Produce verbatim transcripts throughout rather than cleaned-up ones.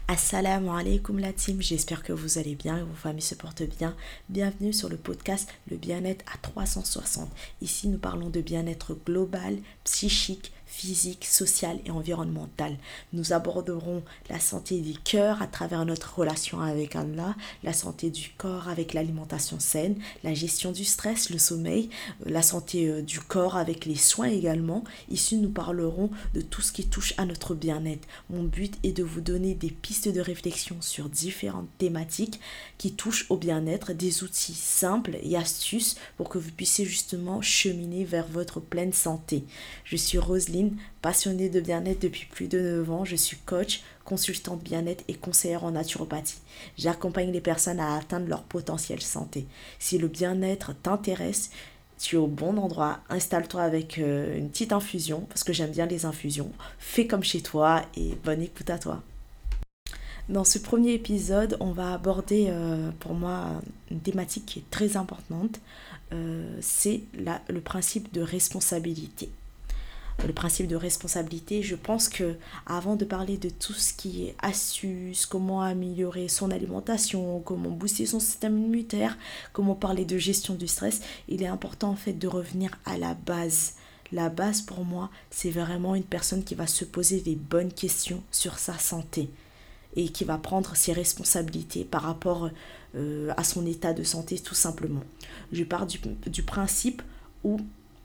Assalamu alaikum la team, j'espère que vous allez bien et vos familles se portent bien. Bienvenue sur le podcast Le bien-être à trois cent soixante. Ici, nous parlons de bien-être global, psychique, physique, social et environnemental. Nous aborderons la santé du cœur à travers notre relation avec Allah, la santé du corps avec l'alimentation saine, la gestion du stress, le sommeil, la santé du corps avec les soins également. Ici, nous parlerons de tout ce qui touche à notre bien-être. Mon but est de vous donner des pistes de réflexion sur différentes thématiques qui touchent au bien-être, des outils simples et astuces pour que vous puissiez justement cheminer vers votre pleine santé. Je suis Roselyne, passionnée de bien-être depuis plus de neuf ans. Je suis coach, consultante bien-être et conseillère en naturopathie. J'accompagne les personnes à atteindre leur potentiel santé. Si le bien-être t'intéresse, tu es au bon endroit. Installe-toi avec euh, une petite infusion, parce que j'aime bien les infusions. Fais comme chez toi et bonne écoute à toi. Dans ce premier épisode, on va aborder euh, pour moi une thématique qui est très importante. Euh, c'est la, le principe de responsabilité. Le principe de responsabilité, je pense que avant de parler de tout ce qui est astuces, comment améliorer son alimentation, comment booster son système immunitaire, comment parler de gestion du stress, il est important en fait de revenir à la base. La base pour moi, c'est vraiment une personne qui va se poser les bonnes questions sur sa santé et qui va prendre ses responsabilités par rapport euh, à son état de santé tout simplement. Je pars du, du principe où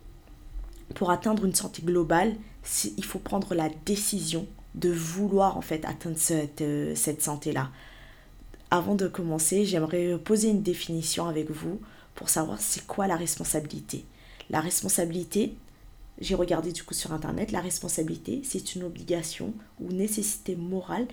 pour atteindre une santé globale, il faut prendre la décision de vouloir en fait atteindre cette, euh, cette santé-là. Avant de commencer, j'aimerais poser une définition avec vous pour savoir c'est quoi la responsabilité. La responsabilité, j'ai regardé du coup sur internet, la responsabilité c'est une obligation ou nécessité morale.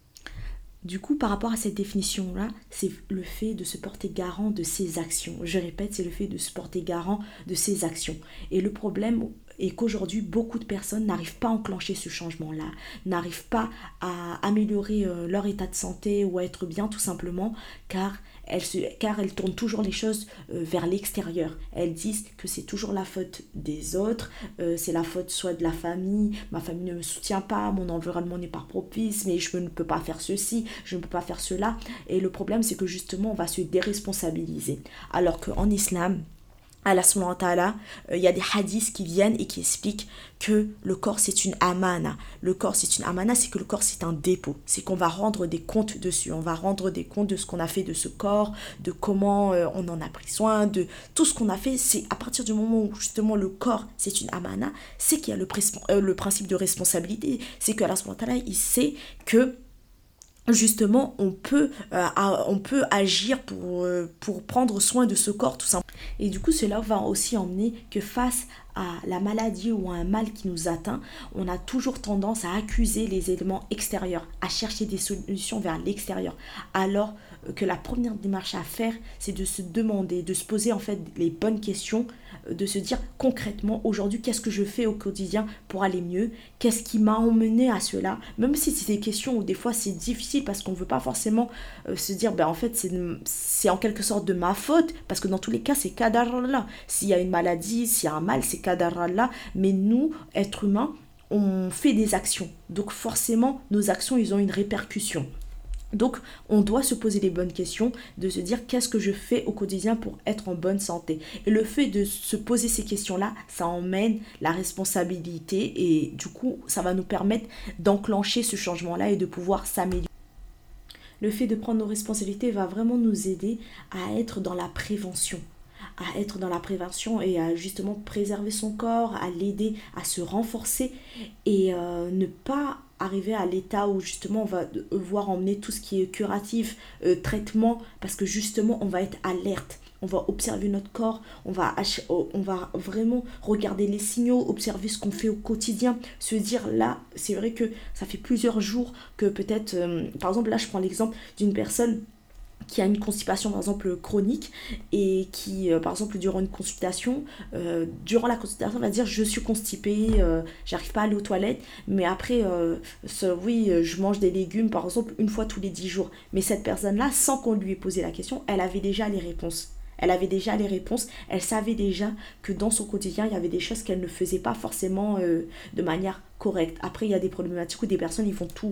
Du coup, par rapport à cette définition-là, c'est le fait de se porter garant de ses actions. Je répète, c'est le fait de se porter garant de ses actions. Et le problème est qu'aujourd'hui, beaucoup de personnes n'arrivent pas à enclencher ce changement-là, n'arrivent pas à améliorer euh, leur état de santé ou à être bien tout simplement, car elles, se, car elles tournent toujours les choses euh, vers l'extérieur. Elles disent que c'est toujours la faute des autres, euh, c'est la faute soit de la famille, ma famille ne me soutient pas, mon environnement n'est pas propice, mais je ne peux pas faire ceci, je ne peux pas faire cela. Et le problème, c'est que justement, on va se déresponsabiliser. Alors qu'en islam, Allah subhanahu wa ta'ala, il y a des hadiths qui viennent et qui expliquent que le corps c'est une amana. Le corps c'est une amana, c'est que le corps c'est un dépôt. C'est qu'on va rendre des comptes dessus. On va rendre des comptes de ce qu'on a fait de ce corps, de comment euh, on en a pris soin, de tout ce qu'on a fait. C'est à partir du moment où justement le corps c'est une amana, c'est qu'il y a le, pres- euh, le principe de responsabilité. C'est que Allah subhanahu wa ta'ala, il sait que justement on peut, euh, on peut agir pour, euh, pour prendre soin de ce corps tout simplement. Et du coup cela va aussi emmener que face à la maladie ou à un mal qui nous atteint, on a toujours tendance à accuser les éléments extérieurs, à chercher des solutions vers l'extérieur, alors que la première démarche à faire, c'est de se demander, de se poser en fait les bonnes questions, de se dire concrètement aujourd'hui qu'est-ce que je fais au quotidien pour aller mieux, qu'est-ce qui m'a emmené à cela, même si c'est des questions où des fois c'est difficile parce qu'on ne veut pas forcément euh, se dire ben en fait c'est, c'est en quelque sorte de ma faute, parce que dans tous les cas c'est qadar-Allah, s'il y a une maladie, s'il y a un mal c'est qadar-Allah, mais nous êtres humains on fait des actions, donc forcément nos actions ils ont une répercussion. Donc, on doit se poser les bonnes questions, de se dire qu'est-ce que je fais au quotidien pour être en bonne santé. Et le fait de se poser ces questions-là, ça emmène la responsabilité et du coup, ça va nous permettre d'enclencher ce changement-là et de pouvoir s'améliorer. Le fait de prendre nos responsabilités va vraiment nous aider à être dans la prévention. à être dans la prévention et à justement préserver son corps, à l'aider à se renforcer et euh, ne pas arriver à l'état où justement on va devoir emmener tout ce qui est curatif, euh, traitement, parce que justement on va être alerte. On va observer notre corps, on va, on va vraiment regarder les signaux, observer ce qu'on fait au quotidien, se dire là, c'est vrai que ça fait plusieurs jours que peut-être, euh, par exemple là je prends l'exemple d'une personne qui a une constipation par exemple chronique et qui euh, par exemple durant une consultation euh, durant la consultation va dire je suis constipée, euh, j'arrive pas à aller aux toilettes, mais après euh, ce, oui je mange des légumes par exemple une fois tous les dix jours, mais cette personne là sans qu'on lui ait posé la question elle avait déjà les réponses. Elle avait déjà les réponses, elle savait déjà que dans son quotidien, il y avait des choses qu'elle ne faisait pas forcément euh, de manière correcte. Après, il y a des problématiques où des personnes, ils font tout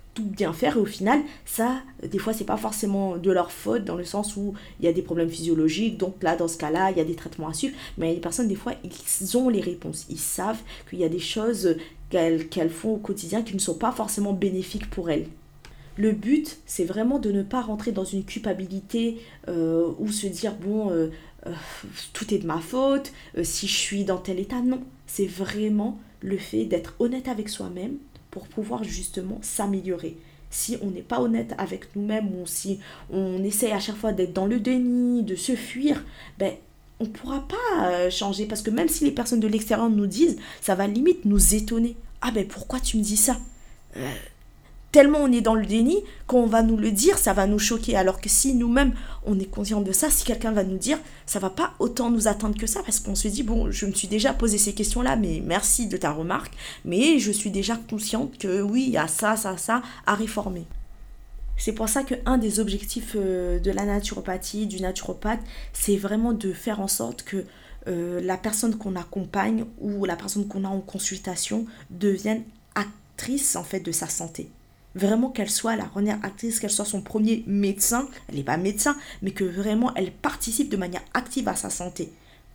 tout bien faire et au final, ça, des fois, c'est pas forcément de leur faute dans le sens où il y a des problèmes physiologiques. Donc là, dans ce cas-là, il y a des traitements à suivre. Mais les personnes, des fois, ils ont les réponses. Ils savent qu'il y a des choses qu'elles, qu'elles font au quotidien qui ne sont pas forcément bénéfiques pour elles. Le but, c'est vraiment de ne pas rentrer dans une culpabilité euh, ou se dire, bon, euh, euh, tout est de ma faute, euh, si je suis dans tel état. Non, c'est vraiment le fait d'être honnête avec soi-même pour pouvoir justement s'améliorer. Si on n'est pas honnête avec nous-mêmes ou si on essaye à chaque fois d'être dans le déni, de se fuir, ben, on ne pourra pas changer. Parce que même si les personnes de l'extérieur nous disent, ça va limite nous étonner. Ah ben pourquoi tu me dis ça euh, Tellement on est dans le déni, quand on va nous le dire, ça va nous choquer. Alors que si nous-mêmes, on est conscient de ça, si quelqu'un va nous dire, ça va pas autant nous atteindre que ça. Parce qu'on se dit, bon, je me suis déjà posé ces questions-là, mais merci de ta remarque. Mais je suis déjà consciente que oui, il y a ça, ça, ça à réformer. C'est pour ça qu'un des objectifs de la naturopathie, du naturopathe, c'est vraiment de faire en sorte que euh, la personne qu'on accompagne ou la personne qu'on a en consultation devienne actrice en fait de sa santé. Vraiment qu'elle soit la première actrice, qu'elle soit son premier médecin, elle n'est pas médecin, mais que vraiment elle participe de manière active à sa santé.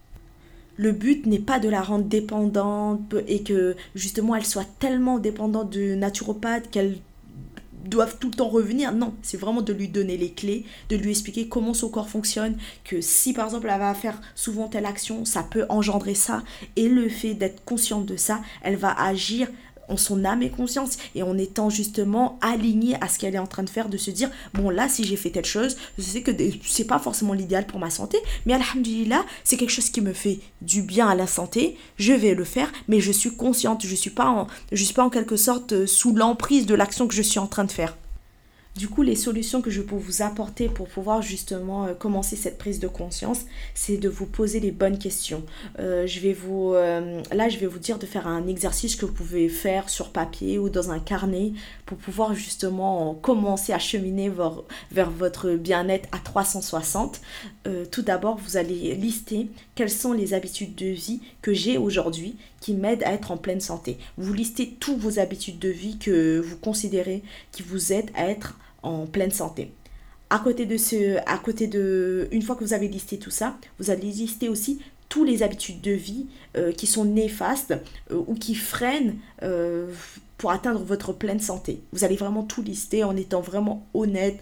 Le but n'est pas de la rendre dépendante et que justement elle soit tellement dépendante de naturopathe qu'elle doivent tout le temps revenir. Non, c'est vraiment de lui donner les clés, de lui expliquer comment son corps fonctionne, que si par exemple elle va faire souvent telle action, ça peut engendrer ça. Et le fait d'être consciente de ça, elle va agir en son âme et conscience et en étant justement alignée à ce qu'elle est en train de faire, de se dire bon là si j'ai fait telle chose, je sais que c'est pas forcément l'idéal pour ma santé, mais alhamdulillah c'est quelque chose qui me fait du bien à la santé, je vais le faire, mais je suis consciente, je suis pas en, je suis pas en quelque sorte sous l'emprise de l'action que je suis en train de faire. Du coup, les solutions que je peux vous apporter pour pouvoir justement euh, commencer cette prise de conscience, c'est de vous poser les bonnes questions. Euh, je vais vous, euh, là, je vais vous dire de faire un exercice que vous pouvez faire sur papier ou dans un carnet pour pouvoir justement commencer à cheminer vers, vers votre bien-être à trois cent soixante. Euh, tout d'abord, vous allez lister quelles sont les habitudes de vie que j'ai aujourd'hui qui m'aident à être en pleine santé. Vous listez toutes vos habitudes de vie que vous considérez qui vous aident à être en pleine santé. À côté de ce, à côté de, une fois que vous avez listé tout ça, vous allez lister aussi toutes les habitudes de vie euh, qui sont néfastes euh, ou qui freinent euh, pour atteindre votre pleine santé. Vous allez vraiment tout lister en étant vraiment honnête,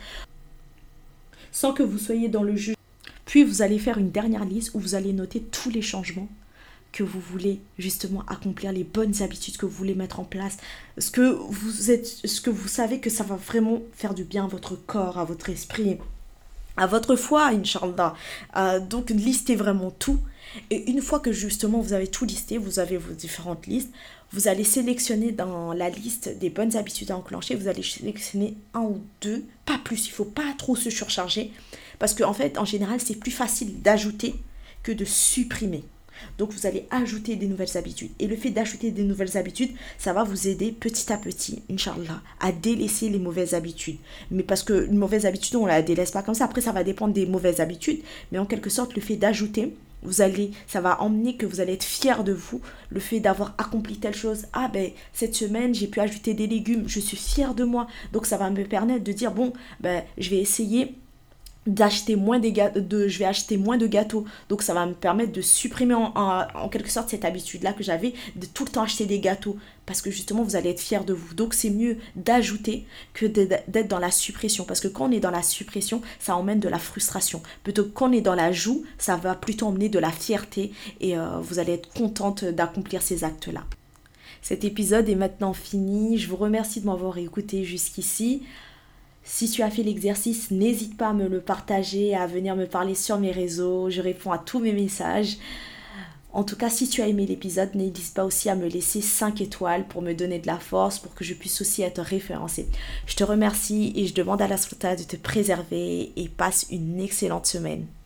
sans que vous soyez dans le jugement. Puis vous allez faire une dernière liste où vous allez noter tous les changements que vous voulez justement accomplir, les bonnes habitudes que vous voulez mettre en place, ce que vous êtes, ce que vous savez que ça va vraiment faire du bien à votre corps, à votre esprit, à votre foi, Inch'Allah. Euh, donc listez vraiment tout. Et une fois que justement vous avez tout listé, vous avez vos différentes listes, vous allez sélectionner dans la liste des bonnes habitudes à enclencher, vous allez sélectionner un ou deux, pas plus, il ne faut pas trop se surcharger, parce qu'en fait, en général, c'est plus facile d'ajouter que de supprimer. Donc vous allez ajouter des nouvelles habitudes. Et le fait d'ajouter des nouvelles habitudes, ça va vous aider petit à petit, Inch'Allah, à délaisser les mauvaises habitudes. Mais parce que une mauvaise habitude, on ne la délaisse pas comme ça. Après, ça va dépendre des mauvaises habitudes. Mais en quelque sorte, le fait d'ajouter, vous allez, ça va emmener que vous allez être fier de vous. Le fait d'avoir accompli telle chose. Ah ben, cette semaine, j'ai pu ajouter des légumes. Je suis fière de moi. Donc ça va me permettre de dire, bon, ben, je vais essayer d'acheter moins des gâteaux, de, je vais acheter moins de gâteaux, donc ça va me permettre de supprimer en, en, en quelque sorte cette habitude là que j'avais de tout le temps acheter des gâteaux, parce que justement vous allez être fiers de vous. Donc c'est mieux d'ajouter que d'être dans la suppression, parce que quand on est dans la suppression, ça emmène de la frustration, plutôt que quand on est dans l'ajout, ça va plutôt emmener de la fierté et euh, vous allez être contente d'accomplir ces actes là. Cet épisode est maintenant fini, je vous remercie de m'avoir écouté jusqu'ici. Si tu as fait l'exercice, n'hésite pas à me le partager, à venir me parler sur mes réseaux. Je réponds à tous mes messages. En tout cas, si tu as aimé l'épisode, n'hésite pas aussi à me laisser cinq étoiles pour me donner de la force, pour que je puisse aussi être référencée. Je te remercie et je demande à Allah subhanahu wa ta'ala de te préserver et passe une excellente semaine.